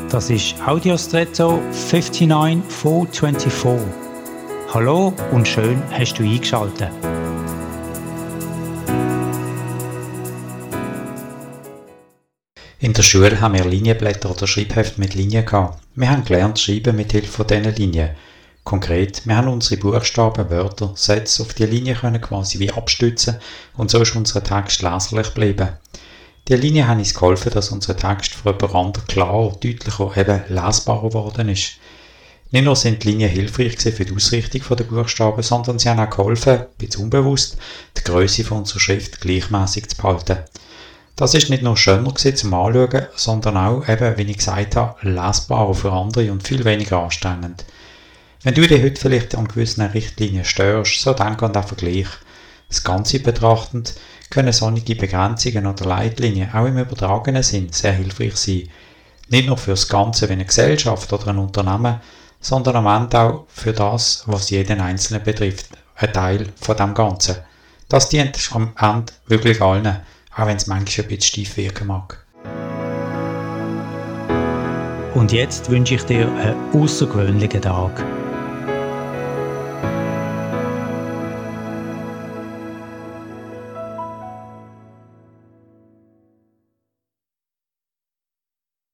Das ist Audiostretto 59424. Hallo und schön hast du eingeschaltet. In der Schule haben wir Linienblätter oder Schreibhefte mit Linien gehabt. Wir haben gelernt schreiben mit Hilfe von diesen Linien. Konkret, wir haben unsere Buchstaben, Wörter, Sätze auf die Linie können quasi wie abstützen und so ist unser Text leserlich geblieben. Die Linien haben uns geholfen, dass unser Text für jemand anderen klarer, deutlicher, eben lesbarer geworden ist. Nicht nur sind die Linien hilfreich für die Ausrichtung der Buchstaben, sondern sie haben auch geholfen, ein bisschen unbewusst, die Größe von unserer Schrift gleichmäßig zu behalten. Das ist nicht nur schöner zum Anschauen, sondern auch, eben, wie ich gesagt habe, lesbarer für andere und viel weniger anstrengend. Wenn du dich heute vielleicht an gewissen Richtlinien störst, so denk an den Vergleich. Das Ganze betrachtend können solche Begrenzungen oder Leitlinien auch im übertragenen Sinn sehr hilfreich sein. Nicht nur für das Ganze wie eine Gesellschaft oder ein Unternehmen, sondern am Ende auch für das, was jeden Einzelnen betrifft, ein Teil von dem Ganzen. Das dient am Ende wirklich allen, auch wenn es manchmal ein bisschen steif wirken mag. Und jetzt wünsche ich dir einen außergewöhnlichen Tag.